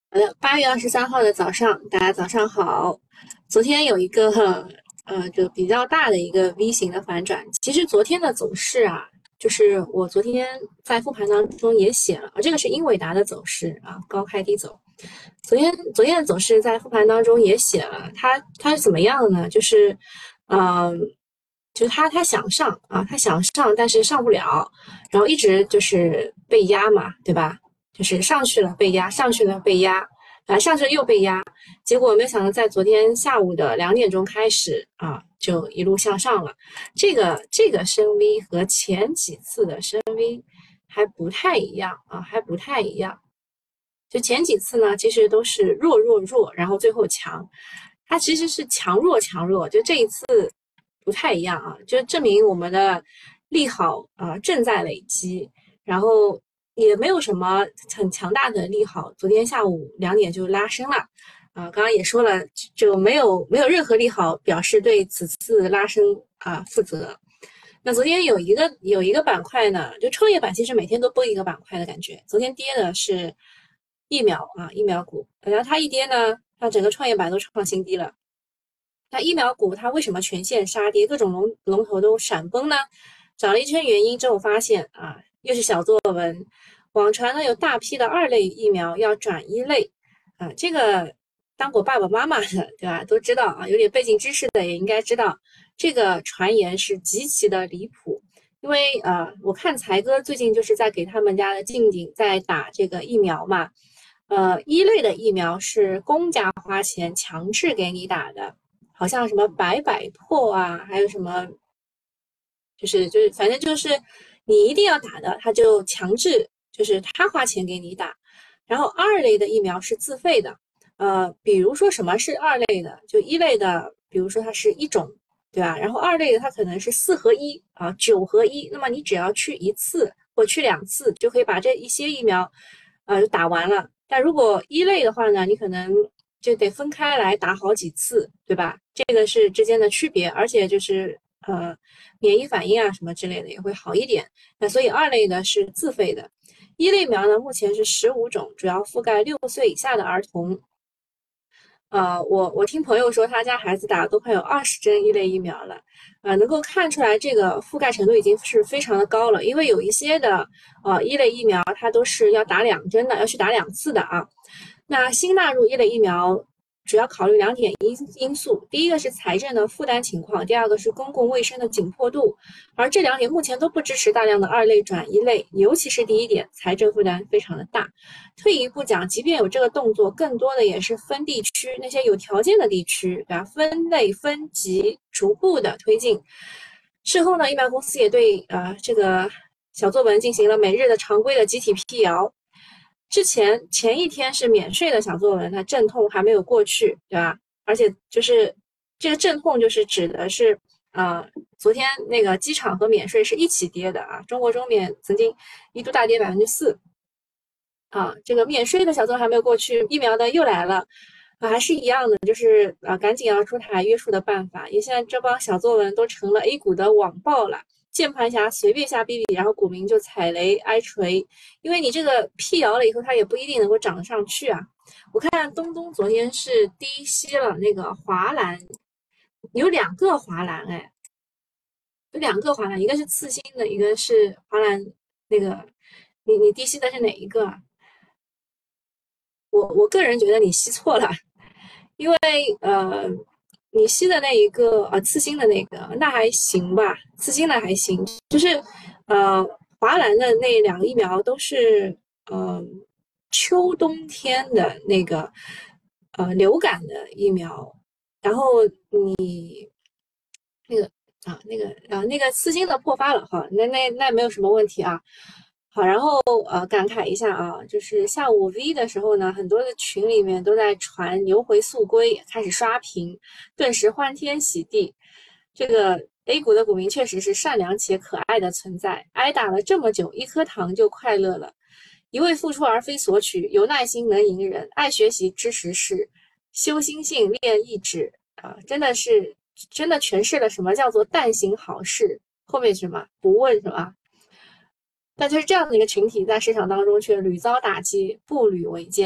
好的，8月23号的早上，大家早上好。昨天有一个就比较大的一个 V 型的反转。其实昨天的走势啊，就是我昨天在复盘当中也写了，这个是英伟达的走势啊，高开低走。昨天的走势在复盘当中也写了，它是怎么样的呢？嗯、就是他想上啊，他想上，但是上不了，然后一直就是被压嘛，对吧？就是上去了被压，上去了被压，啊，上去了又被压，结果没有想到在昨天下午的2点钟开始啊，就一路向上了。这个升 V 和前几次的升 V 还不太一样啊，还不太一样。就前几次呢，其实都是弱弱弱，然后最后强，它其实是强弱强弱，就这一次不太一样啊，就证明我们的利好啊正在累积，然后也没有什么很强大的利好，昨天下午2点就拉升了。刚刚也说了，就没有任何利好表示对此次拉升负责。那昨天有一个板块呢，就创业板其实每天都崩一个板块的感觉。昨天跌的是疫苗啊，疫苗股，然后它一跌呢，它整个创业板都创新低了。那疫苗股它为什么全线杀跌，各种龙头都闪崩呢？找了一圈原因之后发现啊，又是小作文，网传呢有大批的二类疫苗要转一类啊，这个当过爸爸妈妈的对吧，都知道啊，有点背景知识的也应该知道，这个传言是极其的离谱。因为我看才哥最近就是在给他们家的静静在打这个疫苗嘛，一类的疫苗是公家花钱强制给你打的，好像什么百破啊，还有什么，就是反正就是你一定要打的，他就强制就是他花钱给你打。然后二类的疫苗是自费的，比如说什么是二类的，就一类的，比如说它是一种，对吧？然后二类的它可能是4合1啊，9合1，那么你只要去一次或去2次就可以把这一些疫苗就打完了。但如果一类的话呢，你可能就得分开来打好几次，对吧？这个是之间的区别，而且就是免疫反应啊什么之类的也会好一点。那所以二类的是自费的，一类苗呢目前是15种，主要覆盖6岁以下的儿童。我听朋友说他家孩子打了都快有20针一类疫苗了，能够看出来这个覆盖程度已经是非常的高了。因为有一些的一类疫苗它都是要打2针的，要去打2次的啊。那新纳入一类疫苗主要考虑2点因素，第一个是财政的负担情况，第二个是公共卫生的紧迫度，而这2点目前都不支持大量的二类转一类，尤其是第一点，财政负担非常的大。退一步讲，即便有这个动作，更多的也是分地区，那些有条件的地区，对吧？分类分级，逐步的推进。事后呢，疫苗公司也对这个小作文进行了每日的常规的集体辟谣。前一天是免税的小作文，它阵痛还没有过去，对吧？而且就是这个阵痛就是指的是呃，昨天那个机场和免税是一起跌的啊，中国中免曾经一度大跌4%。这个免税的小宗还没有过去，疫苗的又来了，还是一样的，就是赶紧要出台约束的办法。因为现在这帮小作文都成了 A 股的网暴了，键盘侠随便瞎逼逼，然后股民就踩雷挨锤。因为你这个辟谣了以后，它也不一定能够涨上去啊。我看东东昨天是低吸了那个华蓝，有2个华蓝，哎，有两个华蓝，一个是次新的，一个是华蓝那个，你低吸的是哪一个啊？我个人觉得你吸错了，因为你吸的那一个次新的那个那还行吧，次新的还行，就是呃华兰的那2个疫苗都是秋冬天的那个流感的疫苗，然后那个那个次新的破发了哈，那没有什么问题啊。好，然后感慨一下啊，就是下午 V 的时候呢，很多的群里面都在传牛回速归，开始刷屏，顿时欢天喜地。这个 A 股的股民确实是善良且可爱的存在，挨打了这么久，一颗糖就快乐了。一味付出而非索取，有耐心能隐忍，爱学习知识事，修心性练意志啊，真的诠释了什么叫做但行好事。后面什么不问什么。但就是这样的一个群体，在市场当中却屡遭打击，步履维艰。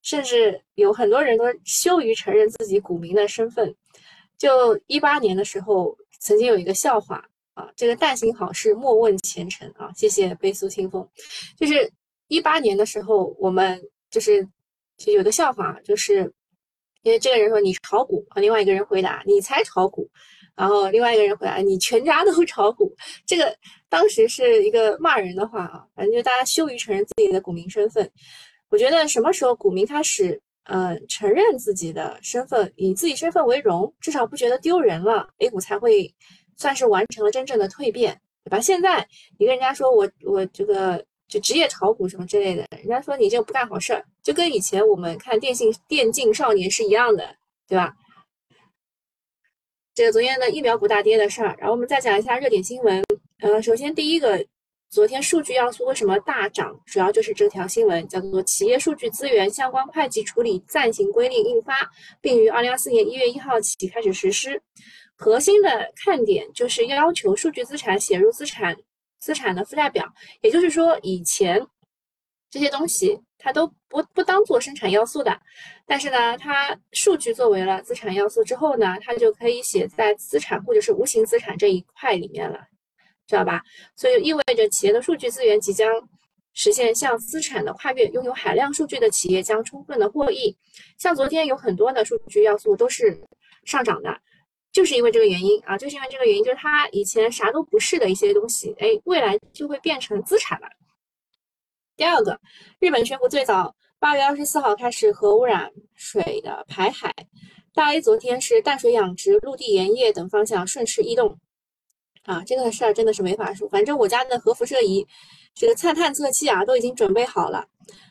甚至有很多人都羞于承认自己股民的身份。就18年的时候，曾经有一个笑话啊，这个但行好事，莫问前程啊。谢谢悲肃清风。就是18年的时候，我们就有个笑话，就是因为这个人说你炒股，另外一个人回答你才炒股，然后另外一个人回答你全家都炒股。这个当时是一个骂人的话啊，反正就大家羞于承认自己的股民身份。我觉得什么时候股民开始承认自己的身份，以自己身份为荣，至少不觉得丢人了，A 股才会算是完成了真正的蜕变，对吧？现在你跟人家说我这个就职业炒股什么之类的，人家说你这个不干好事儿，就跟以前我们看电竞少年是一样的，对吧？这个昨天的疫苗股大跌的事儿，然后我们再讲一下热点新闻。首先第一个，昨天数据要素为什么大涨，主要就是这条新闻，叫做企业数据资源相关会计处理暂行规令印发，并于2024年1月1号起开始实施。核心的看点就是要求数据资产写入资产的负债表，也就是说以前这些东西它都不当做生产要素的，但是呢，它数据作为了资产要素之后呢，它就可以写在资产或者是无形资产这一块里面了，知道吧？所以意味着企业的数据资源即将实现向资产的跨越，拥有海量数据的企业将充分的获益。像昨天有很多的数据要素都是上涨的，就是因为这个原因啊，就是因为这个原因，就是它以前啥都不是的一些东西，哎，未来就会变成资产了。第二个，日本宣布最早8月24号开始核污染水的排海。大 A 昨天是淡水养殖、陆地盐业等方向顺势异动啊，这个事儿真的是没法说。反正我家的核辐射仪，这个探测器啊都已经准备好了。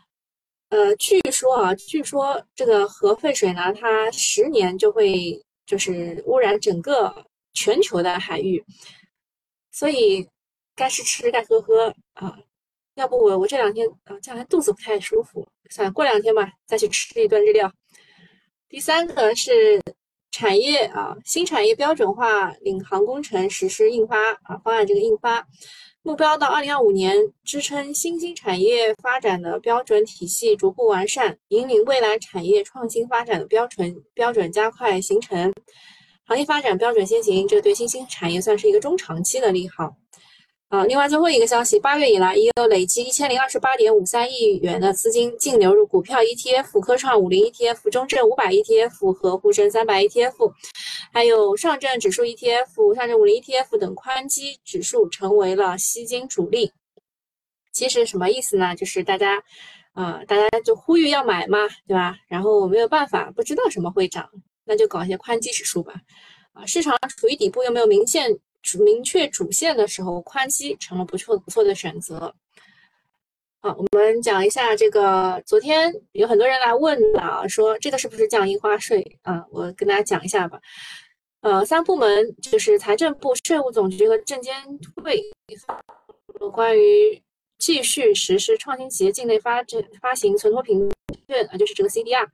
据说这个核废水呢，它10年就会就是污染整个全球的海域，所以该吃吃，该喝喝啊。要不我这两天这两天肚子不太舒服，算了，过2天吧，再去吃一顿日料。第三个是产业啊，新产业标准化领航工程实施印发啊方案，这个印发目标到2025年支撑新兴产业发展的标准体系逐步完善，引领未来产业创新发展的标准加快形成，行业发展标准先行，这对新兴产业算是一个中长期的利好。另外最后一个消息，8月以来已有累计1028.53亿元的资金净流入股票 ETF、科创50 ETF、中证500 ETF 和沪深300 ETF，还有上证指数 ETF、上证50 ETF 等宽基指数成为了吸金主力。其实什么意思呢？就是大家就呼吁要买嘛，对吧？然后我没有办法，不知道什么会涨，那就搞一些宽基指数吧。市场处于底部又没有明确主线的时候，宽基成了不错的选择。我们讲一下这个，昨天有很多人来问了，说这个是不是降印花税啊？我跟大家讲一下吧。3部门就是财政部、税务总局和证监会关于继续实施创新企业境内发行存托凭证就是这个 CDR。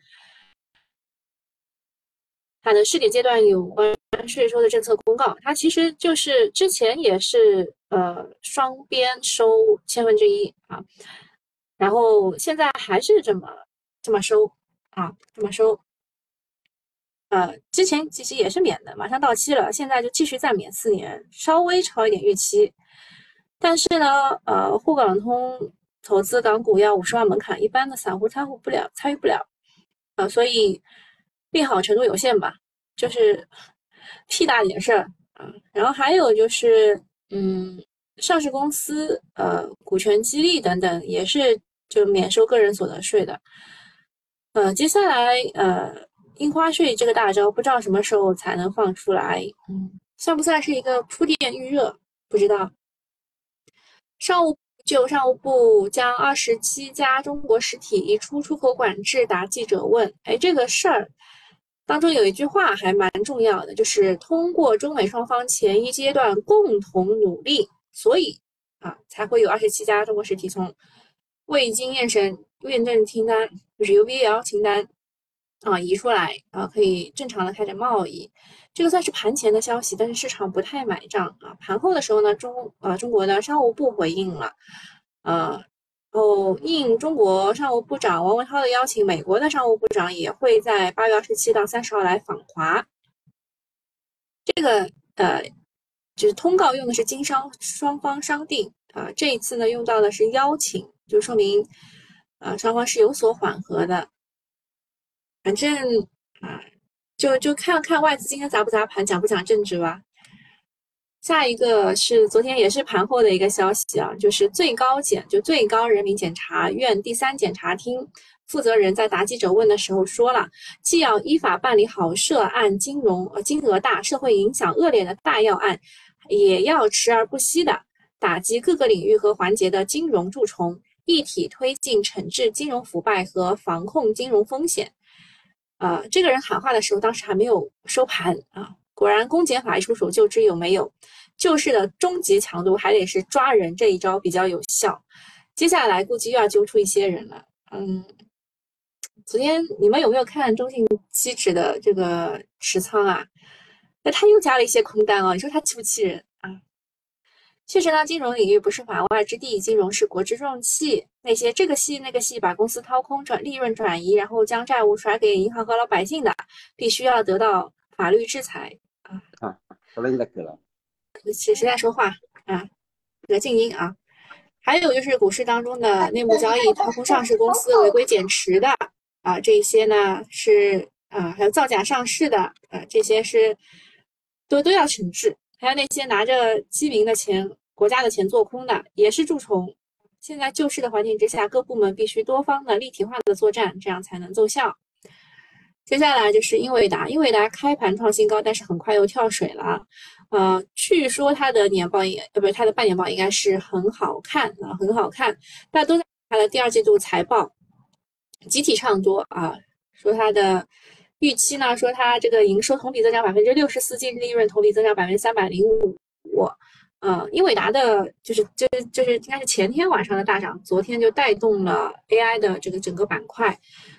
它的试点阶段有关税收的政策公告，它其实就是之前也是双边收1/1000啊，然后现在还是这么收啊，这么收。之前其实也是免的，马上到期了，现在就继续再免4年，稍微超一点预期。但是呢，沪港通投资港股要50万门槛，一般的散户参与不了所以利好程度有限吧，就是屁大点事儿啊。然后还有就是，上市公司股权激励等等也是就免收个人所得税的。接下来印花税这个大招不知道什么时候才能放出来，算不算是一个铺垫预热？不知道。商务部将27家中国实体移出出口管制答记者问，这个事儿当中有一句话还蛮重要的，就是通过中美双方前一阶段共同努力，所以才会有27家中国实体从未经验证清单，就是 UVL 清单移出来可以正常的开展贸易。这个算是盘前的消息，但是市场不太买账盘后的时候呢，中国的商务部回应了， 哦，应中国商务部长王文涛的邀请，美国的商务部长也会在8月27到30号来访华。呃，就是通告用的是经商双方商定啊，这一次呢用到的是邀请，就说明双方是有所缓和的。反正啊，就看看外资今天砸不砸盘，讲不讲政治吧。下一个是昨天也是盘后的一个消息啊，就是最高人民检察院第三检察厅负责人在答记者问的时候说了，既要依法办理好涉案金额大、社会影响恶劣的大要案，也要持而不息的打击各个领域和环节的金融蛀虫，一体推进惩治金融腐败和防控金融风险。这个人喊话的时候，当时还没有收盘啊。果然，公检法一出手就知有没有。救市的终极强度还得是抓人这一招比较有效。接下来估计又要揪出一些人了。昨天你们有没有看中信期指的这个持仓啊？那他又加了一些空单哦，你说他气不气人啊？确实呢，金融领域不是法外之地，金融是国之重器。那些这个系那个系把公司掏空利润转移，然后将债务甩给银行和老百姓的，必须要得到法律制裁啊！ 说了你的口了。 谁在说话啊？这个静音啊！还有就是股市当中的内幕交易、掏空上市公司、违规减持的啊，这些呢是还有造假上市的这些是都要惩治。还有那些拿着基民的钱、国家的钱做空的，也是蛀虫。现在救市的环境之下，各部门必须多方的立体化的作战，这样才能奏效。接下来就是英伟达，英伟达开盘创新高，但是很快又跳水了。据说它的年报不是它的半年报应该是很好看啊，很好看。大家都在它的第二季度财报集体唱多啊，说它的预期呢，说它这个营收同比增长64%，净利润同比增长305%。英伟达的就是应该是前天晚上的大涨，昨天就带动了 AI 的这个整个板块。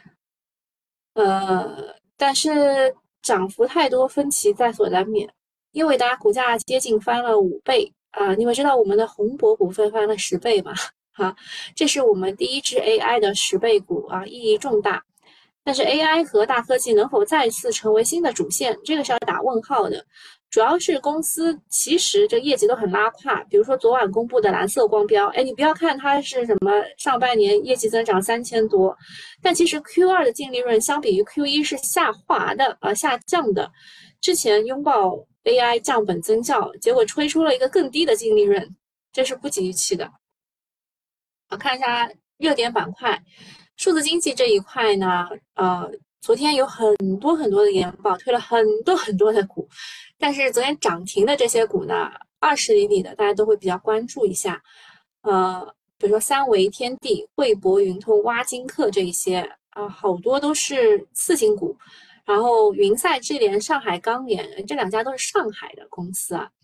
但是涨幅太多，分歧在所难免。英伟达股价接近翻了5倍啊！你们知道我们的宏博股份翻了10倍吗？哈，这是我们第一只 AI 的10倍股啊，意义重大。但是 AI 和大科技能否再次成为新的主线，这个是要打问号的。主要是公司其实这业绩都很拉胯，比如说昨晚公布的蓝色光标，哎，你不要看它是什么上半年业绩增长3000多，但其实 Q2 的净利润相比于 Q1是下滑的下降的。之前拥抱 AI 降本增效，结果吹出了一个更低的净利润，这是不及预期的。看一下热点板块，数字经济这一块呢，昨天有很多很多的研报推了很多很多的股，但是昨天涨停的这些股呢，20厘米的大家都会比较关注一下，比如说三维天地、汇博云通、挖金客这一些好多都是次新股，然后云赛智联、上海钢联这两家都是上海的公司啊。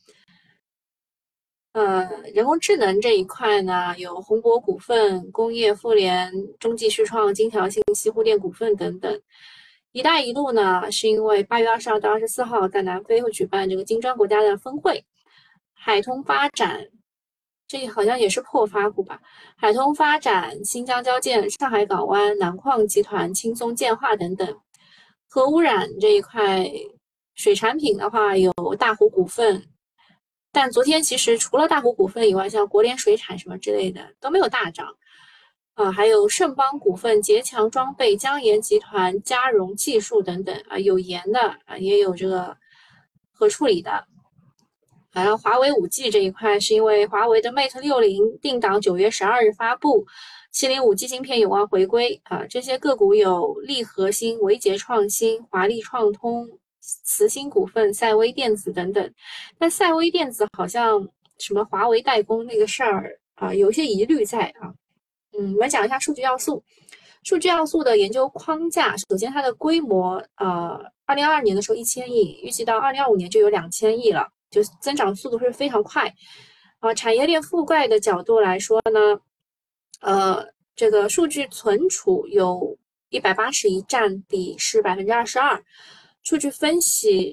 人工智能这一块呢，有宏博股份、工业富联、中继旭创、金条信息、沪电股份等等。一带一路呢，是因为8月22到24号在南非会举办这个金砖国家的峰会。海通发展，这好像也是破发股吧？海通发展、新疆交建、上海港湾、南矿集团、轻松建化等等。核污染这一块，水产品的话有大湖股份。但昨天其实除了大湖股份以外，像国联水产什么之类的都没有大涨，还有盛邦股份、捷强装备、江盐集团、嘉荣技术等等有盐的也有这个核处理的。然后华为5G 这一块是因为华为的 Mate 60定档9月12日发布，麒麟5G 芯片有望回归这些个股有利核心、维捷创新、华丽创通、慈欣股份、赛微电子等等。但赛微电子好像什么华为代工那个事儿有些疑虑在啊。我们讲一下数据要素。数据要素的研究框架，首先它的规模2022年的时候1000亿，预计到2025年就有2000亿了，就增长速度是非常快。产业链覆盖的角度来说呢，这个数据存储有180亿，占比是22%。数据分析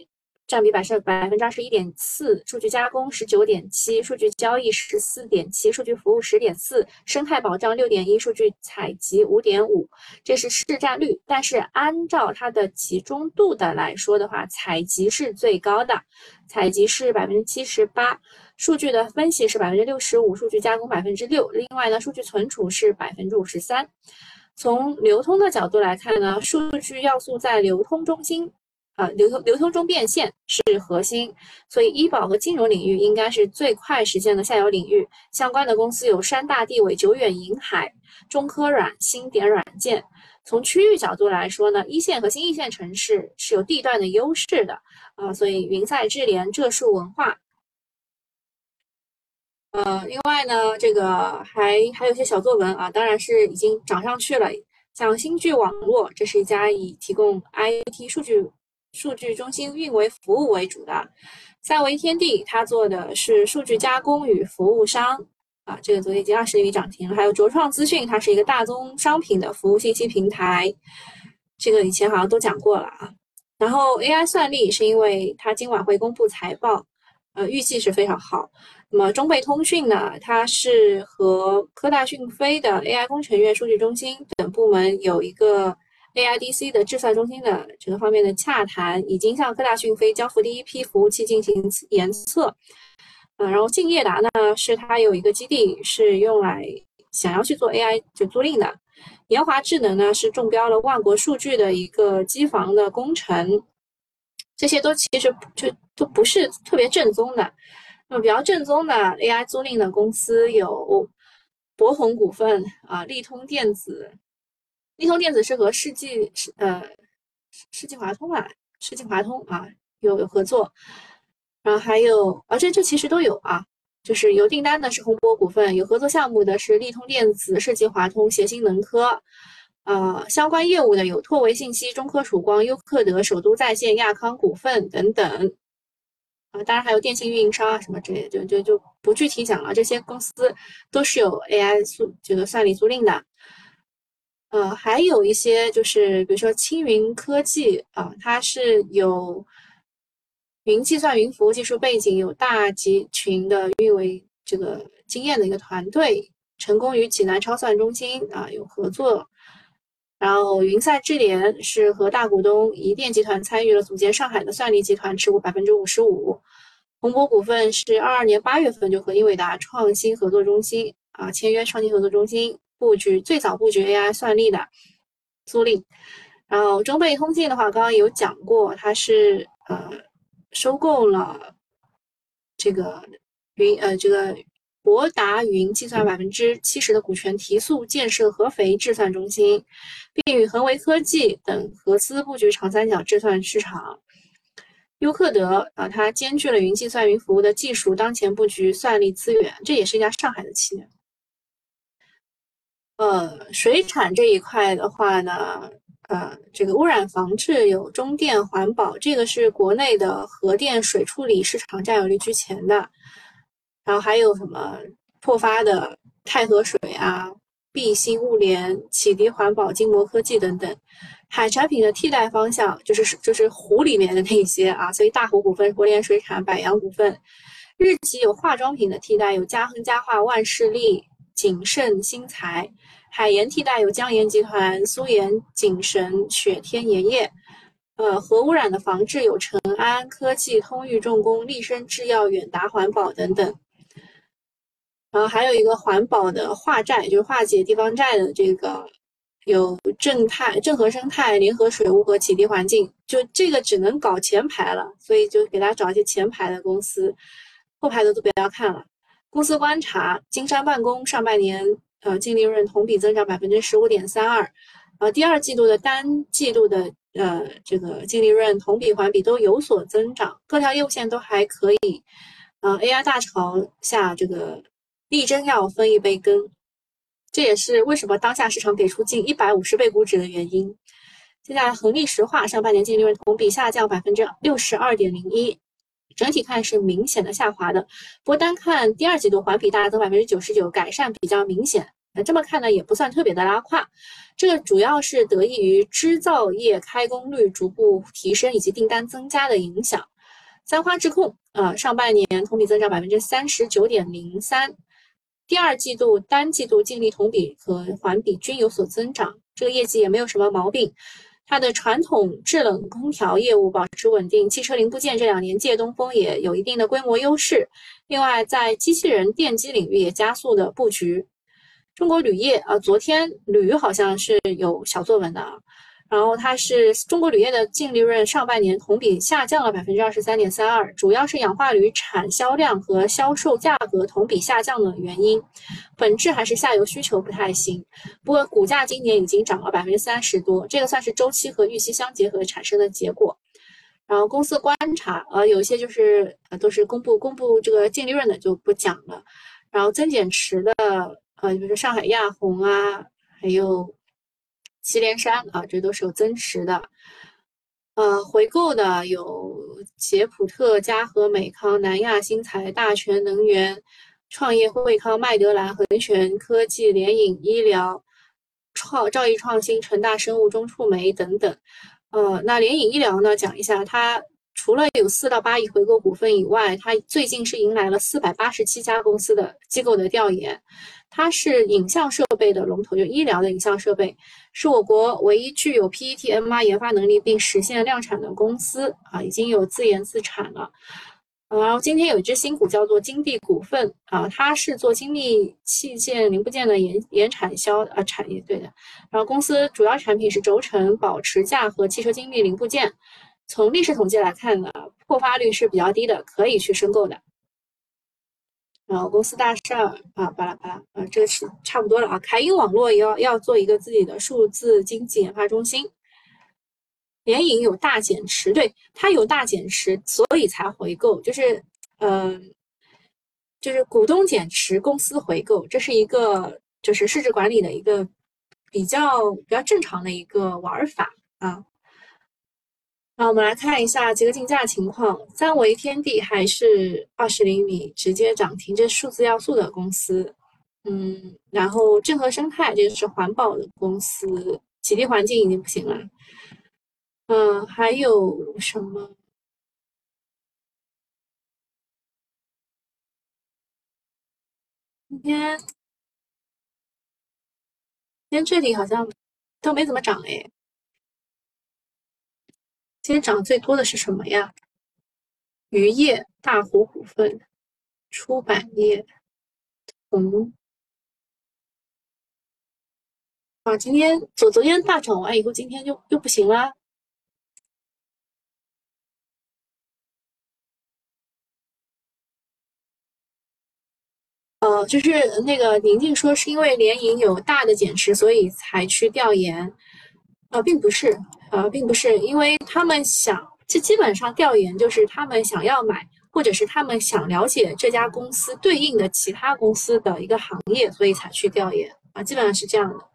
占比21.4%，数据加工19.7%，数据交易14.7%，数据服务10.4%，生态保障6.1%，数据采集5.5%，这是市占率。但是按照它的集中度的来说的话，采集是最高的，采集是78%，数据的分析是65%，数据加工6%，另外呢，数据存储是53%。从流通的角度来看呢，数据要素在流通中心。流通中变现是核心，所以医保和金融领域应该是最快实现的下游领域。相关的公司有山大地伟、久远银海、中科软、新典软件。从区域角度来说呢，一线和新一线城市是有地段的优势的所以云赛智联、浙数文化。另外呢，这个还有一些小作文当然是已经涨上去了。像新聚网络，这是一家以提供 IT 数据中心运维服务为主的。赛维天地，它做的是数据加工与服务商这个昨天已经20厘米涨停了。还有卓创资讯，它是一个大宗商品的服务信息平台，这个以前好像都讲过了然后 AI 算力是因为它今晚会公布财报，预计是非常好。那么中贝通讯呢，它是和科大讯飞的 AI 工程院数据中心等部门有一个 AIDC 的智算中心的这个方面的洽谈，已经向科大讯飞交付第一批服务器进行研测。然后敬业达呢，是它有一个基地是用来想要去做 AI 就租赁的。研华智能呢，是中标了万国数据的一个机房的工程。这些都其实都不是特别正宗的。那么比较正宗的 AI 租赁的公司有博鸿股份利通电子。利通电子是和世纪华通有合作。然后还有这其实都有就是有订单的是宏博股份，有合作项目的是利通电子、世纪华通、协鑫能科。相关业务的有拓维信息、中科曙光、优客德、首都在线、亚康股份等等。当然还有电信运营商什么之类的，就不具体讲了。这些公司都是有 AI 这个算力租赁的。还有一些就是比如说青云科技它是有云计算、云服务技术背景，有大集群的运维这个经验的一个团队，成功与济南超算中心有合作。然后云赛智联是和大股东宜电集团参与了组建上海的算力集团，持股55%。宏博股份是22年8月份就和英伟达创新合作中心签约创新合作中心，最早布局 AI 算力的租赁。然后中贝通信的话，刚刚有讲过，它是收购了这个博达云计算70%的股权，提速建设合肥智算中心，并与恒维科技等合资布局长三角智算市场。优客德它兼具了云计算、云服务的技术，当前布局算力资源，这也是一家上海的企业。水产这一块的话呢，这个污染防治有中电环保，这个是国内的核电水处理市场占有率居前的。然后还有什么破发的泰和水碧鑫物联、启迪环保、金模科技等等。海产品的替代方向就是湖里面的那些所以大湖股份、国联水产、百洋股份。日企有化妆品的替代，有嘉亨、嘉化、万事利、景盛、新材。海盐替代有江盐集团、苏盐、景神、雪天盐业。核污染的防治有成安科技、通裕重工、立生制药、远达环保等等。然后还有一个环保的化债，就是化解地方债的这个有正和生态、联合水务和启迪环境，就这个只能搞前排了，所以就给大家找一些前排的公司，后排的都不要看了。公司观察，金山办公上半年净利润同比增长15.32%，第二季度的单季度的这个净利润同比环比都有所增长，各条业务线都还可以。AI 大潮下，这个力争要分一杯羹，这也是为什么当下市场给出近150倍估值的原因。接下来，恒力石化上半年净利润同比下降62.01%，整体看是明显的下滑的。不过单看第二季度环比大增99%，改善比较明显。这么看呢，也不算特别的拉胯。这个主要是得益于制造业开工率逐步提升以及订单增加的影响。 三花智控上半年同比增长39.03%，第二季度单季度净利同比和环比均有所增长，这个业绩也没有什么毛病。它的传统制冷空调业务保持稳定，汽车零部件这2年借东风也有一定的规模优势。另外，在机器人电机领域也加速的布局。中国铝业昨天铝好像是有小作文的然后它是中国铝业的净利润上半年同比下降了23.32%，主要是氧化铝产销量和销售价格同比下降的原因，本质还是下游需求不太行。不过股价今年已经涨了30%多，这个算是周期和预期相结合产生的结果。然后公司观察有一些就是都是公布这个净利润的就不讲了。然后增减持的比如说上海亚虹还有祁连山这都是有增持的。回购的有捷普特、嘉禾美康、南亚新材、大全能源、创业惠康、麦德兰、恒泉科技、联影医疗、兆易创新、成大生物、中触媒等等。那联影医疗呢，讲一下，它除了有4到8亿回购股份以外，它最近是迎来了487家公司的机构的调研。它是影像设备的龙头，就医疗的影像设备，是我国唯一具有 PET-MR 研发能力并实现量产的公司已经有自研自产了。然后今天有一只新股叫做金地股份它是做精密器件零部件的研产销产业对的。然后公司主要产品是轴承、保持架和汽车精密零部件。从历史统计来看呢，破发率是比较低的，可以去申购的。然后公司大事巴拉巴拉这个是差不多了凯英网络也要做一个自己的数字经济研发中心。联影有大减持，对，它有大减持，所以才回购，就是股东减持，公司回购，这是一个就是市值管理的一个比较正常的一个玩法那我们来看一下几个竞价情况，三维天地还是20厘米直接涨停，这是数字要素的公司。然后正和生态这是环保的公司，启迪环境已经不行了。还有什么？今天这里好像都没怎么涨哎。今天涨最多的是什么呀？渔业、大湖股份、出版业、今天昨天大涨完以后，今天就又不行啦。就是那个宁静说是因为联营有大的减持，所以才去调研。并不是，并不是，因为他们这基本上调研就是他们想要买，或者是他们想了解这家公司对应的其他公司的一个行业，所以才去调研基本上是这样的。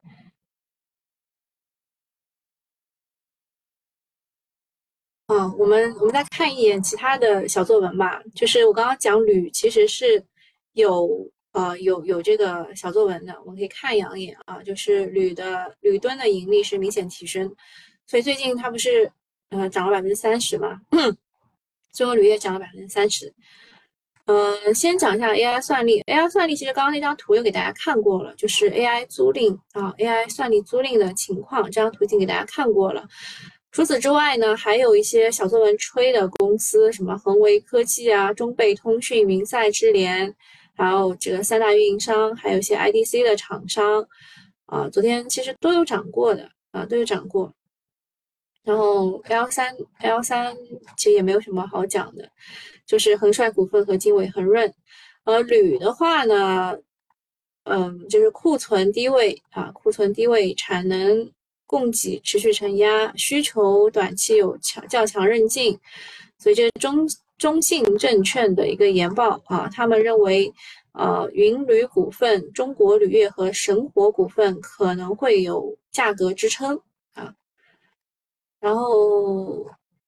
我们再看一眼其他的小作文吧。就是我刚刚讲铝其实是有这个小作文的，我们可以看两眼就是铝吨的盈利是明显提升，所以最近它不是涨了30%嘛，中国铝业涨了30%。先讲一下 AI 算力，AI 算力其实刚刚那张图又给大家看过了，就是 AI 租赁AI 算力租赁的情况，这张图已经给大家看过了。除此之外呢，还有一些小作文吹的公司，什么恒维科技中贝通讯、云赛智联，还有这个3大运营商，还有一些 IDC 的厂商昨天其实都有涨过的都有涨过。然后 L3其实也没有什么好讲的，就是恒帅股份和经纬恒润。铝的话呢，就是库存低位库存低位，产能供给持续承压，需求短期有较强韧劲，所以这是中信证券的一个研报他们认为云铝股份、中国铝业和神火股份可能会有价格支撑然后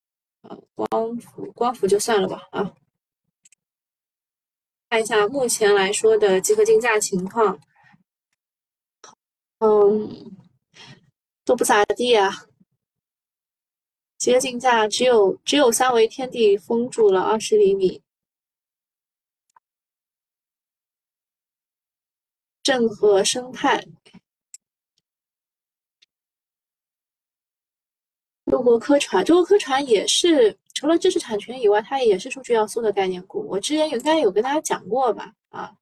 光伏就算了吧看一下目前来说的集合竞价情况，都不咋地接近价只有三维天地封住了20厘米。正和生态、中国科传也是除了知识产权以外，它也是数据要素的概念股。我之前应该有跟大家讲过吧？啊，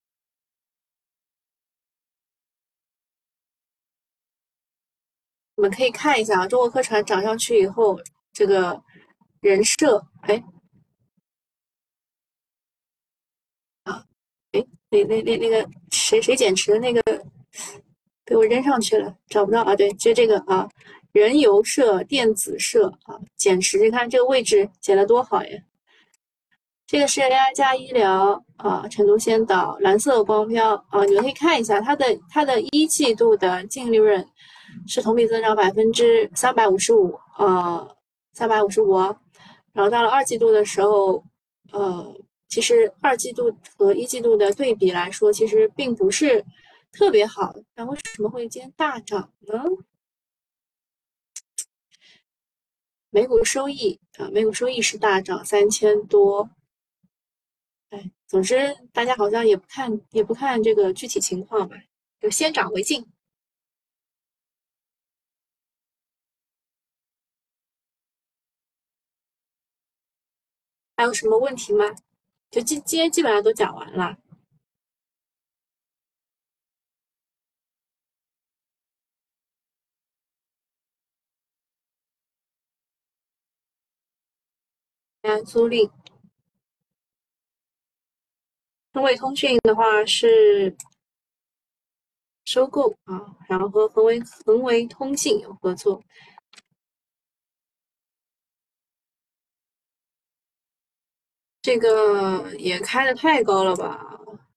我们可以看一下啊，中国科传涨上去以后，这个人设，哎啊，哎，那个谁减持的那个被我扔上去了，找不到啊。对，就这个啊，人游社、电子社啊，减持，你看这个位置减得多好呀！这个是 AI 加医疗啊，成都先导、蓝色光标啊，你们可以看一下它的一季度的净利润是同比增长355%，355哦，然后到了二季度的时候，其实二季度和一季度的对比来说，其实并不是特别好，那为什么会今天大涨呢？每股收益是大涨3000多，哎，总之大家好像也不看这个具体情况吧，就先涨为敬。还有什么问题吗？就今天基本上都讲完了。租赁，中卫通讯的话是收购啊，然后和恒为通信有合作。这个也开的太高了吧？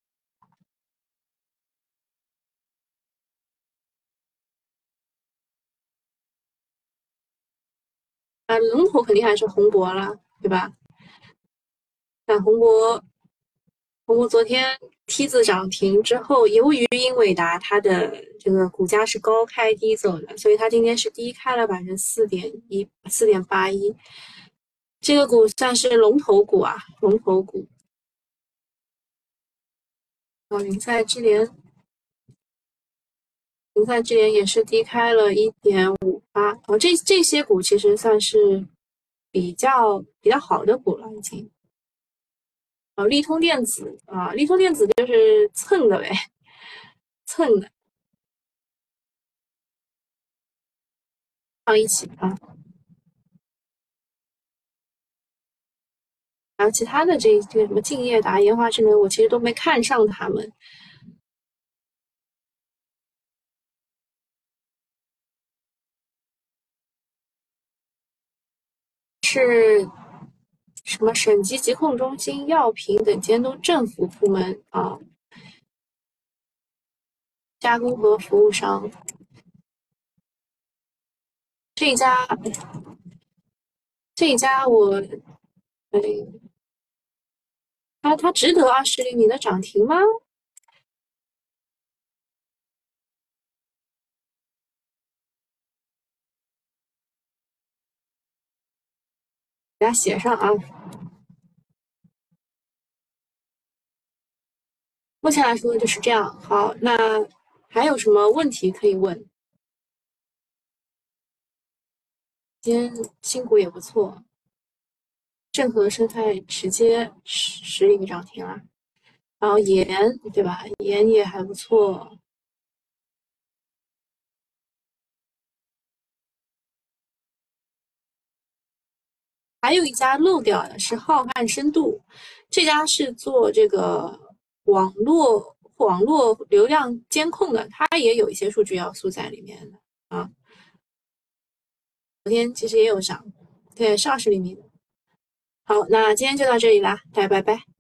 啊，龙头肯定还是宏博啦，对吧？那鸿博昨天 T 字涨停之后，由于英伟达它的这个股价是高开低走的，所以它今天是低开了4.81%，这个股算是龙头股啊，龙头股。云赛智联也是低开了1.58，这些股其实算是比较好的股了，已经。利通电子啊，利通电子就是蹭的呗，蹭的放一起啊。然后其他的这个什么敬业达、研华智能，我其实都没看上他们。是什么省级疾控中心、药品等监督政府部门啊，加工和服务商。这一家我，呃，它值得20厘米的涨停吗？给它写上啊。目前来说就是这样。好，那还有什么问题可以问？今天新股也不错，正和生态直接10厘米涨停了。然后盐对吧？盐也还不错。还有一家漏掉的是浩瀚深度，这家是做这个网络流量监控的，它也有一些数据要素在里面的啊。昨天其实也有涨，对，是20厘米的。好，那今天就到这里啦，大家拜拜。